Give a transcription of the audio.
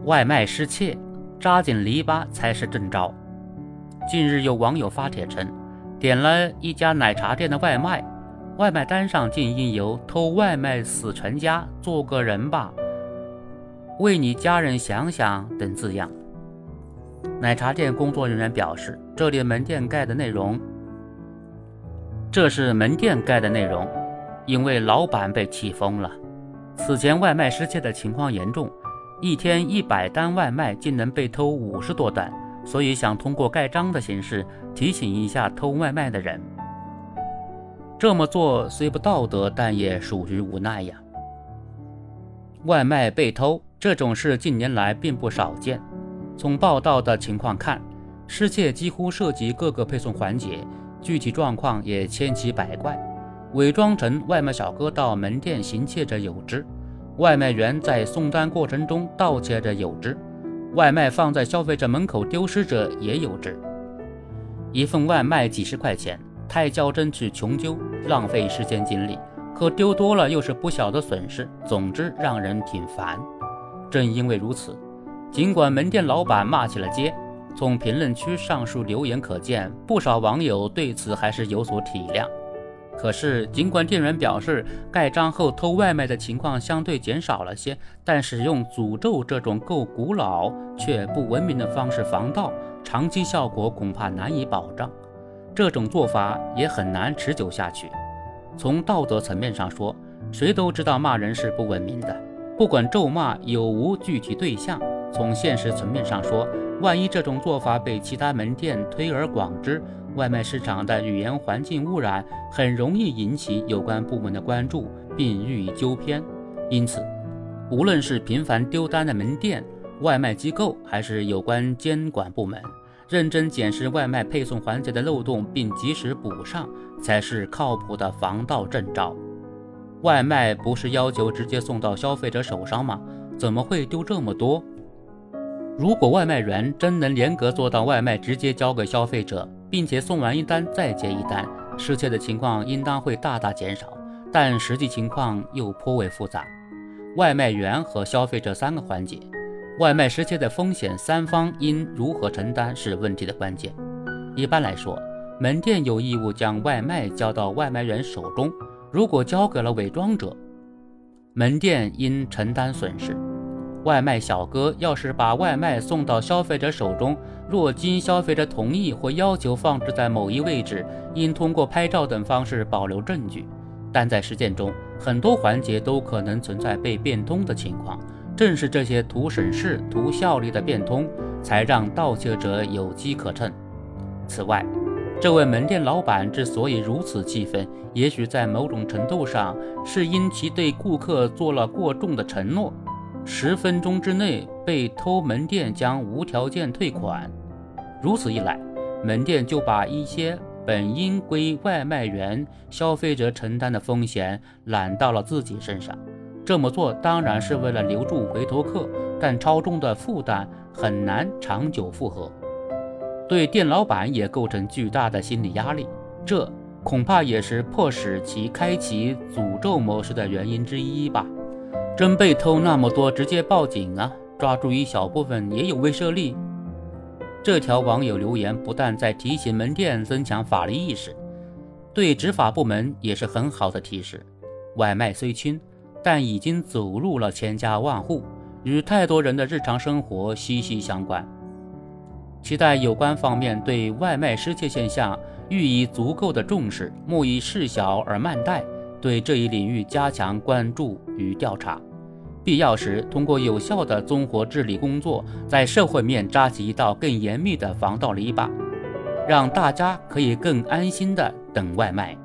外卖失窃，扎紧篱笆才是正招。近日有网友发帖称，点了一家奶茶店的外卖，外卖单上竟印有偷外卖死全家，做个人吧，为你家人想想等字样。奶茶店工作人员表示，这是门店盖的内容，因为老板被气疯了。此前外卖失窃的情况严重，一天100单外卖竟能被偷50多单，所以想通过盖章的形式提醒一下偷外卖的人。这么做虽不道德，但也属于无奈呀。外卖被偷这种事近年来并不少见。从报道的情况看，失窃几乎涉及各个配送环节，具体状况也千奇百怪。伪装成外卖小哥到门店行窃者有之，外卖员在送单过程中盗窃者有之，外卖放在消费者门口丢失者也有之。一份外卖几十块钱，太较真去穷究，浪费时间精力，可丢多了又是不小的损失，总之让人挺烦。正因为如此，尽管门店老板骂起了街，从评论区上述留言可见，不少网友对此还是有所体谅。可是尽管店员表示盖章后偷外卖的情况相对减少了些，但使用诅咒这种够古老却不文明的方式防盗，长期效果恐怕难以保障。这种做法也很难持久下去。从道德层面上说，谁都知道骂人是不文明的，不管咒骂有无具体对象。从现实层面上说，万一这种做法被其他门店推而广之，外卖市场的语言环境污染很容易引起有关部门的关注，并予以纠偏。因此，无论是频繁丢单的门店、外卖机构，还是有关监管部门，认真检视外卖配送环节的漏洞并及时补上，才是靠谱的防盗正招。外卖不是要求直接送到消费者手上吗？怎么会丢这么多？如果外卖员真能严格做到外卖直接交给消费者，并且送完一单再接一单，失窃的情况应当会大大减少，但实际情况又颇为复杂。外卖员和消费者3个环节，外卖失窃的风险3方应如何承担是问题的关键。一般来说，门店有义务将外卖交到外卖员手中，如果交给了伪装者，门店应承担损失。外卖小哥要是把外卖送到消费者手中，若经消费者同意或要求放置在某一位置，应通过拍照等方式保留证据。但在实践中，很多环节都可能存在被变通的情况，正是这些图省事、图效率的变通，才让盗窃者有机可乘。此外，这位门店老板之所以如此气愤，也许在某种程度上是因其对顾客做了过重的承诺，10分钟之内被偷，门店将无条件退款。如此一来，门店就把一些本应归外卖员、消费者承担的风险揽到了自己身上。这么做当然是为了留住回头客，但超重的负担很难长久负荷，对店老板也构成巨大的心理压力。这恐怕也是迫使其开启诅咒模式的原因之一吧。真被偷那么多，直接报警啊，抓住一小部分也有威慑力。这条网友留言不但在提醒门店增强法律意识，对执法部门也是很好的提示。外卖虽轻，但已经走入了千家万户，与太多人的日常生活息息相关。期待有关方面对外卖失窃现象予以足够的重视，莫以事小而慢待，对这一领域加强关注与调查，必要时通过有效的综合治理工作，在社会面扎起一道更严密的防盗篱笆，让大家可以更安心地等外卖。